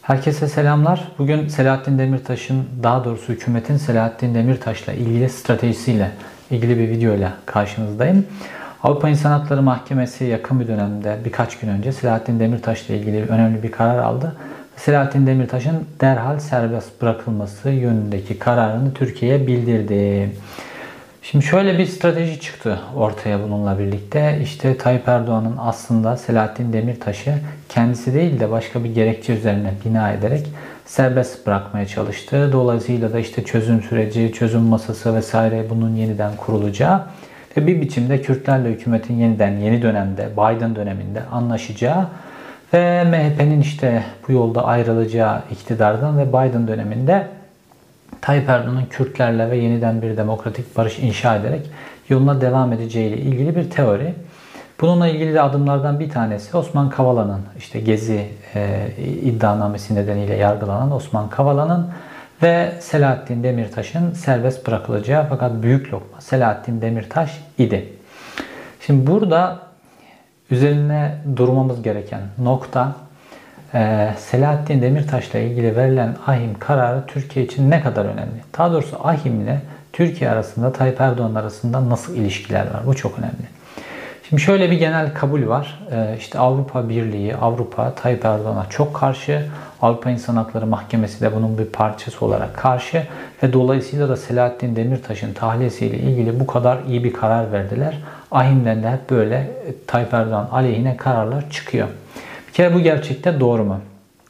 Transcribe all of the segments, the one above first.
Herkese selamlar. Bugün Selahattin Demirtaş'ın, daha doğrusu hükümetin Selahattin Demirtaş'la ilgili stratejisiyle ilgili bir video ile karşınızdayım. Avrupa İnsan Hakları Mahkemesi yakın bir dönemde, birkaç gün önce Selahattin Demirtaş'la ilgili önemli bir karar aldı. Selahattin Demirtaş'ın derhal serbest bırakılması yönündeki kararını Türkiye'ye bildirdi. Şimdi şöyle bir strateji çıktı ortaya bununla birlikte. İşte Tayyip Erdoğan'ın aslında Selahattin Demirtaş'ı kendisi değil de başka bir gerekçe üzerine bina ederek serbest bırakmaya çalıştı. Dolayısıyla da işte çözüm süreci, çözüm masası vesaire bunun yeniden kurulacağı ve bir biçimde Kürtlerle hükümetin yeniden yeni dönemde, Biden döneminde anlaşacağı ve MHP'nin işte bu yolda ayrılacağı iktidardan ve Biden döneminde Tayyip Erdoğan'ın Kürtlerle ve yeniden bir demokratik barış inşa ederek yoluna devam edeceğiyle ilgili bir teori. Bununla ilgili de adımlardan bir tanesi Osman Kavala'nın, işte Gezi iddianamesi nedeniyle yargılanan Osman Kavala'nın ve Selahattin Demirtaş'ın serbest bırakılacağı, fakat büyük lokma Selahattin Demirtaş idi. Şimdi burada üzerine durmamız gereken nokta, Selahattin Demirtaş'la ilgili verilen ahim kararı Türkiye için ne kadar önemli? Daha doğrusu ahim ile Türkiye arasında, Tayyip Erdoğan arasında nasıl ilişkiler var? Bu çok önemli. Şimdi şöyle bir genel kabul var. İşte Avrupa Birliği, Avrupa Tayyip Erdoğan'a çok karşı. Avrupa İnsan Hakları Mahkemesi de bunun bir parçası olarak karşı. Ve dolayısıyla da Selahattin Demirtaş'ın tahliyesiyle ilgili bu kadar iyi bir karar verdiler. Ahimden de hep böyle Tayyip Erdoğan aleyhine kararlar çıkıyor. Bir kere bu gerçekte doğru mu?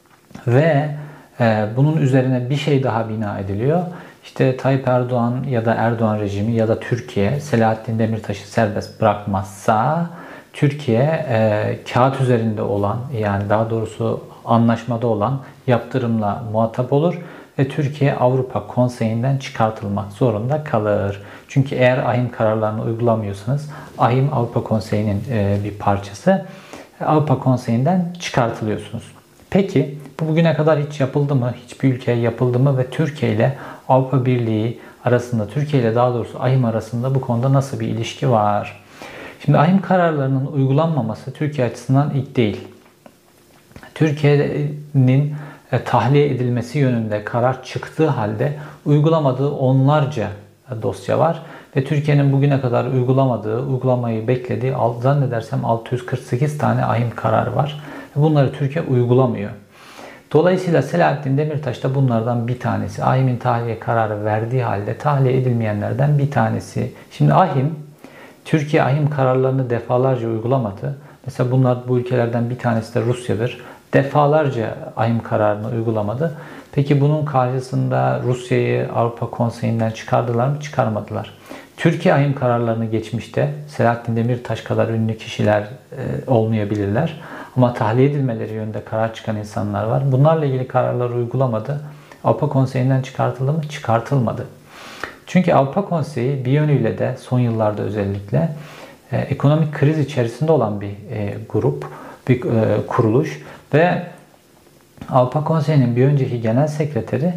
Ve bunun üzerine bir şey daha bina ediliyor. İşte Tayyip Erdoğan ya da Erdoğan rejimi ya da Türkiye Selahattin Demirtaş'ı serbest bırakmazsa Türkiye kağıt üzerinde olan, yani daha doğrusu anlaşmada olan yaptırımla muhatap olur ve Türkiye Avrupa Konseyi'nden çıkartılmak zorunda kalır. Çünkü eğer ahim kararlarını uygulamıyorsanız, ahim Avrupa Konseyi'nin bir parçası, Avrupa Konseyi'nden çıkartılıyorsunuz. Peki bu bugüne kadar hiç yapıldı mı? Hiçbir ülkeye yapıldı mı? Ve Türkiye ile Avrupa Birliği arasında, Türkiye ile daha doğrusu ahim arasında bu konuda nasıl bir ilişki var? Şimdi ahim kararlarının uygulanmaması Türkiye açısından ilk değil. Türkiye'nin tahliye edilmesi yönünde karar çıktığı halde uygulamadığı onlarca dosya var. Ve Türkiye'nin bugüne kadar uygulamayı beklediği zannedersem 648 tane ahim kararı var. Bunları Türkiye uygulamıyor. Dolayısıyla Selahattin Demirtaş da bunlardan bir tanesi. Ahim'in tahliye kararı verdiği halde tahliye edilmeyenlerden bir tanesi. Şimdi ahim, Türkiye ahim kararlarını defalarca uygulamadı. Mesela bu ülkelerden bir tanesi de Rusya'dır. Defalarca ahim kararını uygulamadı. Peki bunun karşısında Rusya'yı Avrupa Konseyi'nden çıkardılar mı? Çıkarmadılar. Türkiye ahim kararlarını geçmişte Selahattin Demirtaş kadar ünlü kişiler olmayabilirler. Ama tahliye edilmeleri yönünde karar çıkan insanlar var. Bunlarla ilgili kararları uygulamadı. Avrupa Konseyi'nden çıkartıldı mı? Çıkartılmadı. Çünkü Avrupa Konseyi bir yönüyle de son yıllarda özellikle ekonomik kriz içerisinde olan bir grup, bir kuruluş ve Avrupa Konseyi'nin bir önceki genel sekreteri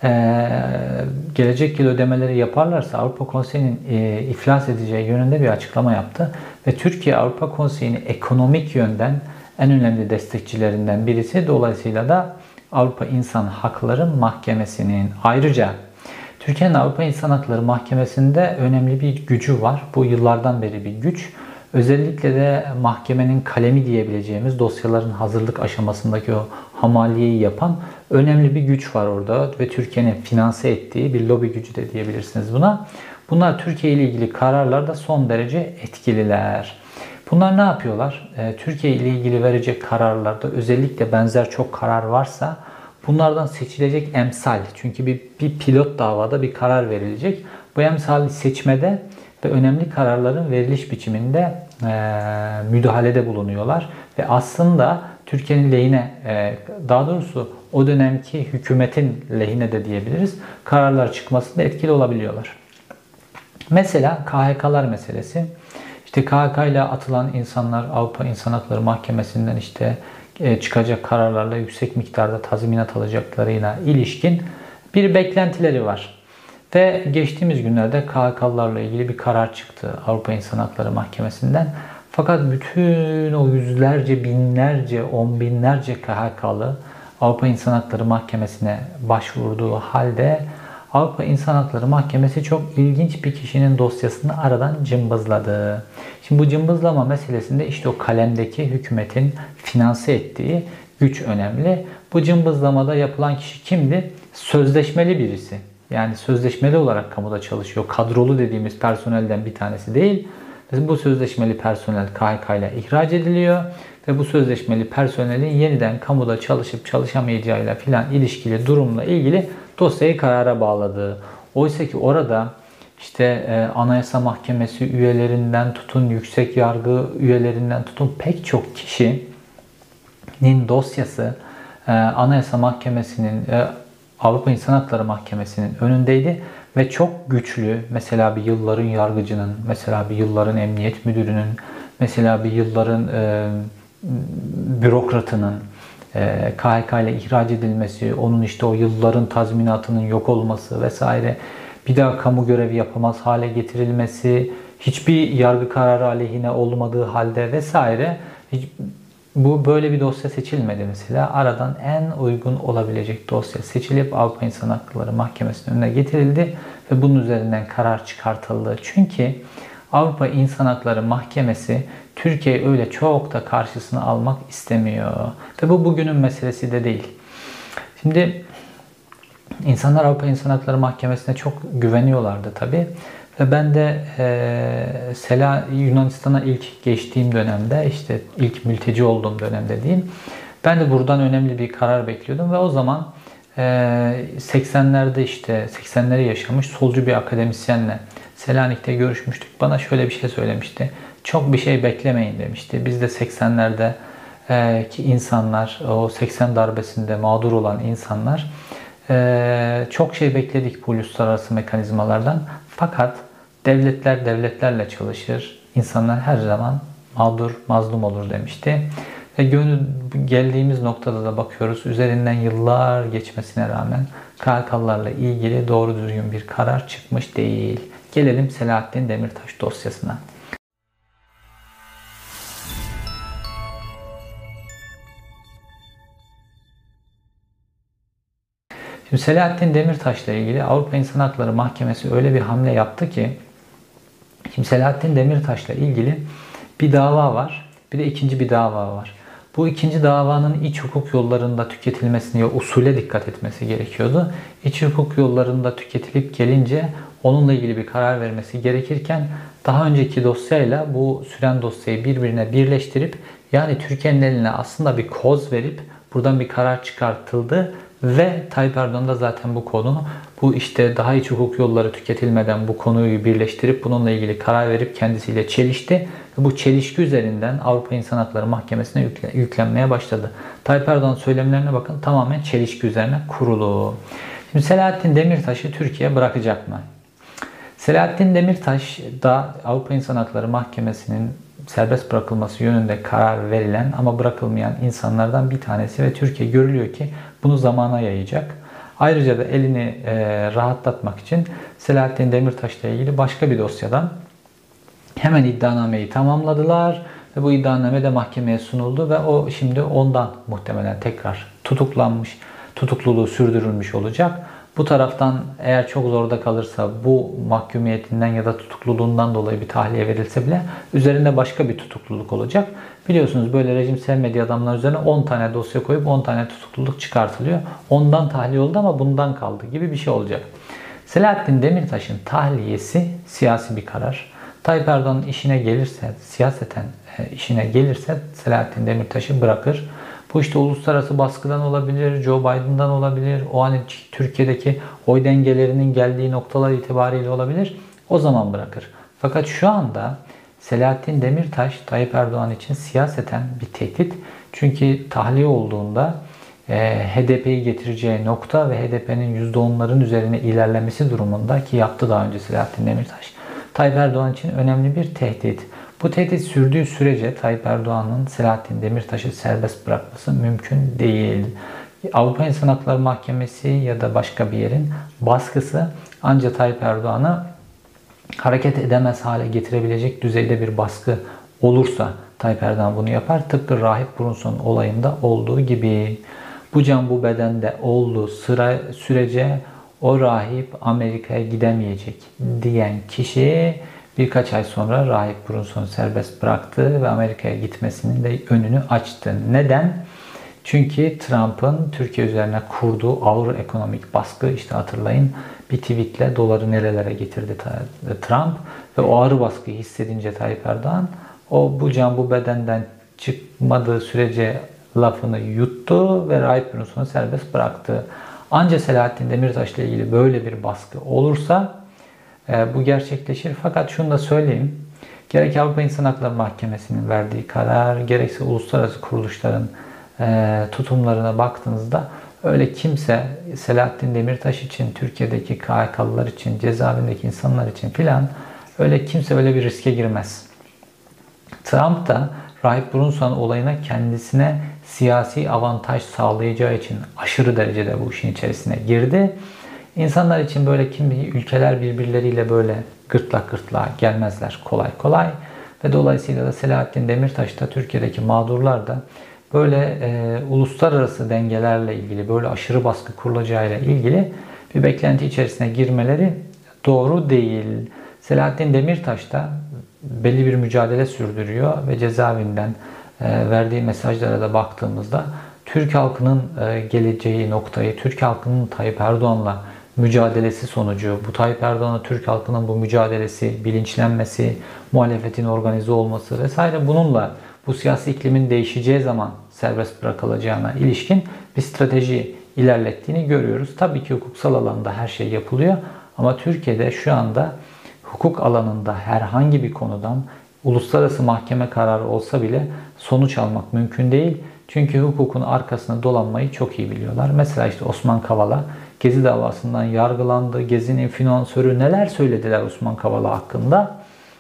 gelecek yıl ödemeleri yaparlarsa Avrupa Konseyi'nin iflas edeceği yönünde bir açıklama yaptı. Ve Türkiye Avrupa Konseyi'ni ekonomik yönden en önemli destekçilerinden birisi. Dolayısıyla da Avrupa İnsan Hakları Mahkemesi'nin, ayrıca Türkiye'nin Avrupa İnsan Hakları Mahkemesi'nde önemli bir gücü var. Bu yıllardan beri bir güç. Özellikle de mahkemenin kalemi diyebileceğimiz dosyaların hazırlık aşamasındaki o hamaliyeyi yapan önemli bir güç var orada ve Türkiye'nin finanse ettiği bir lobi gücü de diyebilirsiniz buna. Bunlar Türkiye ile ilgili kararlarda son derece etkililer. Bunlar ne yapıyorlar? Türkiye ile ilgili verecek kararlarda özellikle benzer çok karar varsa bunlardan seçilecek emsal, çünkü bir pilot davada bir karar verilecek. Bu emsali seçmede ve önemli kararların veriliş biçiminde müdahalede bulunuyorlar. Ve aslında Türkiye'nin lehine, daha doğrusu o dönemki hükümetin lehine de diyebiliriz, kararlar çıkmasında etkili olabiliyorlar. Mesela KHK'lar meselesi. İşte KHK ile atılan insanlar Avrupa İnsan Hakları Mahkemesi'nden işte çıkacak kararlarla yüksek miktarda tazminat alacaklarına ilişkin bir beklentileri var. Ve geçtiğimiz günlerde KHK'larla ilgili bir karar çıktı Avrupa İnsan Hakları Mahkemesi'nden. Fakat bütün o yüzlerce, binlerce, on binlerce KHK'lı Avrupa İnsan Hakları Mahkemesi'ne başvurduğu halde Avrupa İnsan Hakları Mahkemesi çok ilginç bir kişinin dosyasını aradan cımbızladı. Şimdi bu cımbızlama meselesinde işte o kalemdeki hükümetin finanse ettiği güç önemli. Bu cımbızlamada yapılan kişi kimdi? Sözleşmeli birisi. Yani sözleşmeli olarak kamuda çalışıyor. Kadrolu dediğimiz personelden bir tanesi değil. Bu sözleşmeli personel KHK ile ihraç ediliyor ve bu sözleşmeli personelin yeniden kamuda çalışıp çalışamayacağıyla filan ilişkili durumla ilgili dosyayı karara bağladı. Oysa ki orada işte Anayasa Mahkemesi üyelerinden tutun, yüksek yargı üyelerinden tutun pek çok kişinin dosyası Anayasa Mahkemesi'nin, Avrupa İnsan Hakları Mahkemesi'nin önündeydi ve çok güçlü, mesela bir yılların yargıcının, mesela bir yılların emniyet müdürünün, mesela bir yılların bürokratının KHK ile ihraç edilmesi, onun işte o yılların tazminatının yok olması vesaire, bir daha kamu görevi yapamaz hale getirilmesi, hiçbir yargı kararı aleyhine olmadığı halde vesaire, bu böyle bir dosya seçilmedi mesela. Aradan en uygun olabilecek dosya seçilip Avrupa İnsan Hakları Mahkemesi'nin önüne getirildi ve bunun üzerinden karar çıkartıldı. Çünkü Avrupa İnsan Hakları Mahkemesi Türkiye'yi öyle çok da karşısına almak istemiyor. Ve bu bugünün meselesi de değil. Şimdi insanlar Avrupa İnsan Hakları Mahkemesi'ne çok güveniyorlardı tabii. Ve ben de Yunanistan'a ilk geçtiğim dönemde, işte ilk mülteci olduğum dönemde diyeyim, ben de buradan önemli bir karar bekliyordum ve o zaman 80'lerde işte 80'leri yaşamış solcu bir akademisyenle Selanik'te görüşmüştük. Bana şöyle bir şey söylemişti. Çok bir şey beklemeyin demişti. Biz de 80'lerde ki insanlar, o 80 darbesinde mağdur olan insanlar çok şey bekledik bu uluslararası mekanizmalardan. Fakat devletler devletlerle çalışır. İnsanlar her zaman mağdur, mazlum olur demişti. Ve geldiğimiz noktada da bakıyoruz. Üzerinden yıllar geçmesine rağmen KHK'lılarla ilgili doğru düzgün bir karar çıkmış değil. Gelelim Selahattin Demirtaş dosyasına. Şimdi Selahattin Demirtaş'la ilgili Avrupa İnsan Hakları Mahkemesi öyle bir hamle yaptı ki, şimdi Selahattin Demirtaş'la ilgili bir dava var, bir de ikinci bir dava var. Bu ikinci davanın iç hukuk yollarında tüketilmesine, usule dikkat etmesi gerekiyordu. İç hukuk yollarında tüketilip gelince onunla ilgili bir karar vermesi gerekirken daha önceki dosyayla bu süren dosyayı birbirine birleştirip, yani Türkiye'nin eline aslında bir koz verip buradan bir karar çıkartıldı. Ve Tayyip Erdoğan da zaten bu konu, bu işte daha iç hukuk yolları tüketilmeden bu konuyu birleştirip bununla ilgili karar verip kendisiyle çelişti. Ve bu çelişki üzerinden Avrupa İnsan Hakları Mahkemesi'ne yüklenmeye başladı. Tayyip Erdoğan söylemlerine bakın, tamamen çelişki üzerine kurulu. Şimdi Selahattin Demirtaş'ı Türkiye bırakacak mı? Selahattin Demirtaş da Avrupa İnsan Hakları Mahkemesi'nin serbest bırakılması yönünde karar verilen ama bırakılmayan insanlardan bir tanesi ve Türkiye görülüyor ki bunu zamana yayacak. Ayrıca da elini rahatlatmak için Selahattin Demirtaş'la ilgili başka bir dosyadan hemen iddianameyi tamamladılar ve bu iddianame de mahkemeye sunuldu ve o şimdi ondan muhtemelen tekrar tutuklanmış, tutukluluğu sürdürülmüş olacak. Bu taraftan eğer çok zorda kalırsa bu mahkumiyetinden ya da tutukluluğundan dolayı bir tahliye verilse bile üzerinde başka bir tutukluluk olacak. Biliyorsunuz böyle rejim sevmediği adamlar üzerine 10 tane dosya koyup 10 tane tutukluluk çıkartılıyor. Ondan tahliye oldu ama bundan kaldı gibi bir şey olacak. Selahattin Demirtaş'ın tahliyesi siyasi bir karar. Tayyip Erdoğan'ın işine gelirse, siyaseten işine gelirse Selahattin Demirtaş'ı bırakır. Bu işte uluslararası baskıdan olabilir, Joe Biden'dan olabilir, o an Türkiye'deki oy dengelerinin geldiği noktalar itibariyle olabilir. O zaman bırakır. Fakat şu anda Selahattin Demirtaş Tayyip Erdoğan için siyaseten bir tehdit. Çünkü tahliye olduğunda HDP'yi getireceği nokta ve HDP'nin %10'ların üzerine ilerlemesi durumunda, ki yaptı daha önce Selahattin Demirtaş, Tayyip Erdoğan için önemli bir tehdit. Bu tehdit sürdüğü sürece Tayyip Erdoğan'ın Selahattin Demirtaş'ı serbest bırakması mümkün değil. Avrupa İnsan Hakları Mahkemesi ya da başka bir yerin baskısı ancak Tayyip Erdoğan'ı hareket edemez hale getirebilecek düzeyde bir baskı olursa Tayyip Erdoğan bunu yapar. Tıpkı Rahip Brunson'un olayında olduğu gibi. Bu can bu bedende olduğu sürece o rahip Amerika'ya gidemeyecek diyen kişi birkaç ay sonra rahip Brunson'u serbest bıraktı ve Amerika'ya gitmesinin de önünü açtı. Neden? Çünkü Trump'ın Türkiye üzerine kurduğu ağır ekonomik baskı, işte hatırlayın, bir tweetle doları nerelere getirdi Trump ve o ağır baskıyı hissedince Tayyip Erdoğan bu can bu bedenden çıkmadığı sürece lafını yuttu ve rahip Brunson'u serbest bıraktı. Ancak Selahattin Demirtaş'la ilgili böyle bir baskı olursa bu gerçekleşir. Fakat şunu da söyleyeyim. Gerek Avrupa İnsan Hakları Mahkemesi'nin verdiği karar, gerekse uluslararası kuruluşların tutumlarına baktığınızda öyle kimse Selahattin Demirtaş için, Türkiye'deki KHK'lılar için, cezaevindeki insanlar için filan öyle kimse öyle bir riske girmez. Trump da rahip Brunson olayına kendisine siyasi avantaj sağlayacağı için aşırı derecede bu işin içerisine girdi. İnsanlar için böyle ülkeler birbirleriyle böyle gırtlak gırtlağa gelmezler kolay kolay. Ve dolayısıyla da Selahattin Demirtaş da Türkiye'deki mağdurlar da böyle uluslararası dengelerle ilgili, böyle aşırı baskı kurulacağıyla ilgili bir beklenti içerisine girmeleri doğru değil. Selahattin Demirtaş da belli bir mücadele sürdürüyor ve cezaevinden verdiği mesajlara da baktığımızda Türk halkının geleceği noktayı, Türk halkının Tayyip Erdoğan'la mücadelesi sonucu, bu Tayyip Erdoğan'la Türk halkının bu mücadelesi, bilinçlenmesi, muhalefetin organize olması vesaire bununla bu siyasi iklimin değişeceği zaman serbest bırakılacağına ilişkin bir strateji ilerlettiğini görüyoruz. Tabii ki hukuksal alanda her şey yapılıyor ama Türkiye'de şu anda hukuk alanında herhangi bir konudan uluslararası mahkeme kararı olsa bile sonuç almak mümkün değil. Çünkü hukukun arkasına dolanmayı çok iyi biliyorlar. Mesela işte Osman Kavala Gezi davasından yargılandı. Gezi'nin finansörü neler söylediler Osman Kavala hakkında.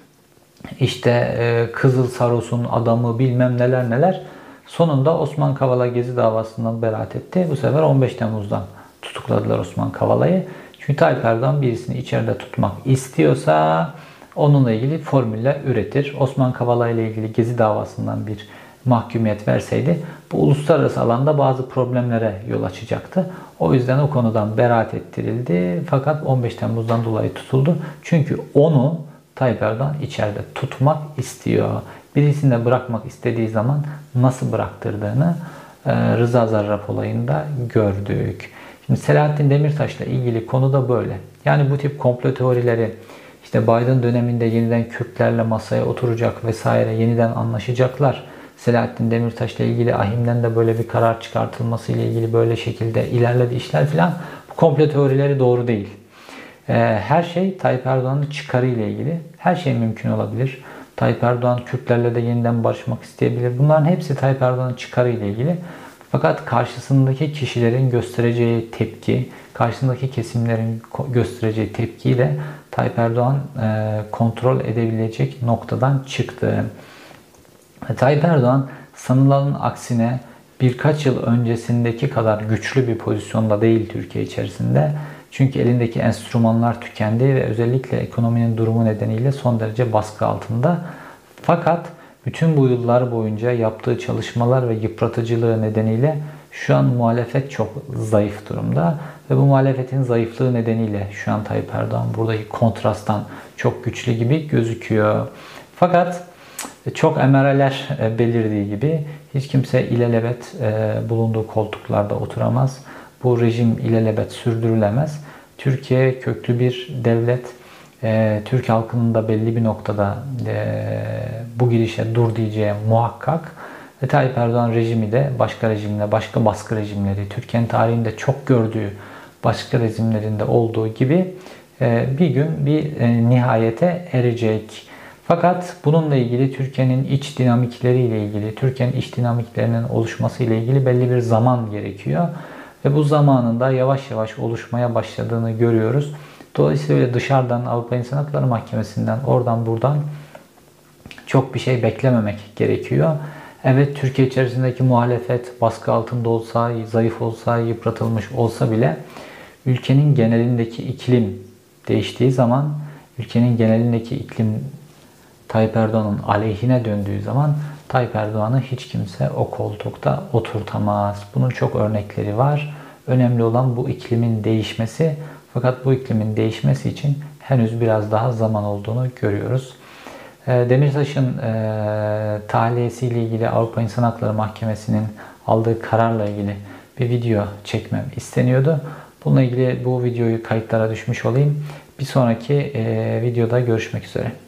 İşte Kızıl Saros'un adamı bilmem neler neler. Sonunda Osman Kavala Gezi davasından beraat etti. Bu sefer 15 Temmuz'dan tutukladılar Osman Kavala'yı. Çünkü Tayyip Erdoğan birisini içeride tutmak istiyorsa onunla ilgili formüller üretir. Osman Kavala ile ilgili Gezi davasından bir mahkumiyet verseydi bu uluslararası alanda bazı problemlere yol açacaktı. O yüzden o konudan beraat ettirildi. Fakat 15 Temmuz'dan dolayı tutuldu. Çünkü onu Tayyip Erdoğan içeride tutmak istiyor. Birisini de bırakmak istediği zaman nasıl bıraktırdığını Rıza Zarrab olayında gördük. Şimdi Selahattin Demirtaş'la ilgili konu da böyle. Yani bu tip komplo teorileri, işte Biden döneminde yeniden Kürtlerle masaya oturacak vesaire, yeniden anlaşacaklar. Selahattin Demirtaş'la ilgili AİHM'den de böyle bir karar çıkartılması ile ilgili böyle şekilde ilerledi işler filan. Bu komplo teorileri doğru değil. Her şey Tayyip Erdoğan'ın çıkarı ile ilgili. Her şey mümkün olabilir. Tayyip Erdoğan Kürtlerle de yeniden barışmak isteyebilir. Bunların hepsi Tayyip Erdoğan'ın çıkarı ile ilgili. Fakat karşısındaki kişilerin göstereceği tepki, karşısındaki kesimlerin göstereceği tepkiyle Tayyip Erdoğan kontrol edebilecek noktadan çıktı. Tayyip Erdoğan sanılanın aksine birkaç yıl öncesindeki kadar güçlü bir pozisyonda değil Türkiye içerisinde. Çünkü elindeki enstrümanlar tükendi ve özellikle ekonominin durumu nedeniyle son derece baskı altında. Fakat bütün bu yıllar boyunca yaptığı çalışmalar ve yıpratıcılığı nedeniyle şu an muhalefet çok zayıf durumda. Ve bu muhalefetin zayıflığı nedeniyle şu an Tayyip Erdoğan buradaki kontrasttan çok güçlü gibi gözüküyor. Fakat çok emareler belirdiği gibi hiç kimse ilelebet bulunduğu koltuklarda oturamaz. Bu rejim ilelebet sürdürülemez. Türkiye köklü bir devlet. Türk halkının da belli bir noktada bu girişe dur diyeceği muhakkak. Ve Tayyip Erdoğan rejimi de başka rejimle, başka baskı rejimleri, Türkiye'nin tarihinde çok gördüğü başka rejimlerinde olduğu gibi bir gün bir nihayete erecek. Fakat bununla ilgili Türkiye'nin iç dinamikleriyle ilgili, Türkiye'nin iç dinamiklerinin oluşması ile ilgili belli bir zaman gerekiyor. Ve bu zamanın da yavaş yavaş oluşmaya başladığını görüyoruz. Dolayısıyla dışarıdan Avrupa İnsan Hakları Mahkemesi'nden oradan buradan çok bir şey beklememek gerekiyor. Evet, Türkiye içerisindeki muhalefet baskı altında olsa, zayıf olsa, yıpratılmış olsa bile ülkenin genelindeki iklim değiştiği zaman, ülkenin genelindeki iklim Tayyip Erdoğan'ın aleyhine döndüğü zaman Tayyip Erdoğan'ı hiç kimse o koltukta oturtamaz. Bunun çok örnekleri var. Önemli olan bu iklimin değişmesi. Fakat bu iklimin değişmesi için henüz biraz daha zaman olduğunu görüyoruz. Demirtaş'ın tahliyesiyle ilgili Avrupa İnsan Hakları Mahkemesi'nin aldığı kararla ilgili bir video çekmem isteniyordu. Bununla ilgili bu videoyu kayıtlara düşmüş olayım. Bir sonraki videoda görüşmek üzere.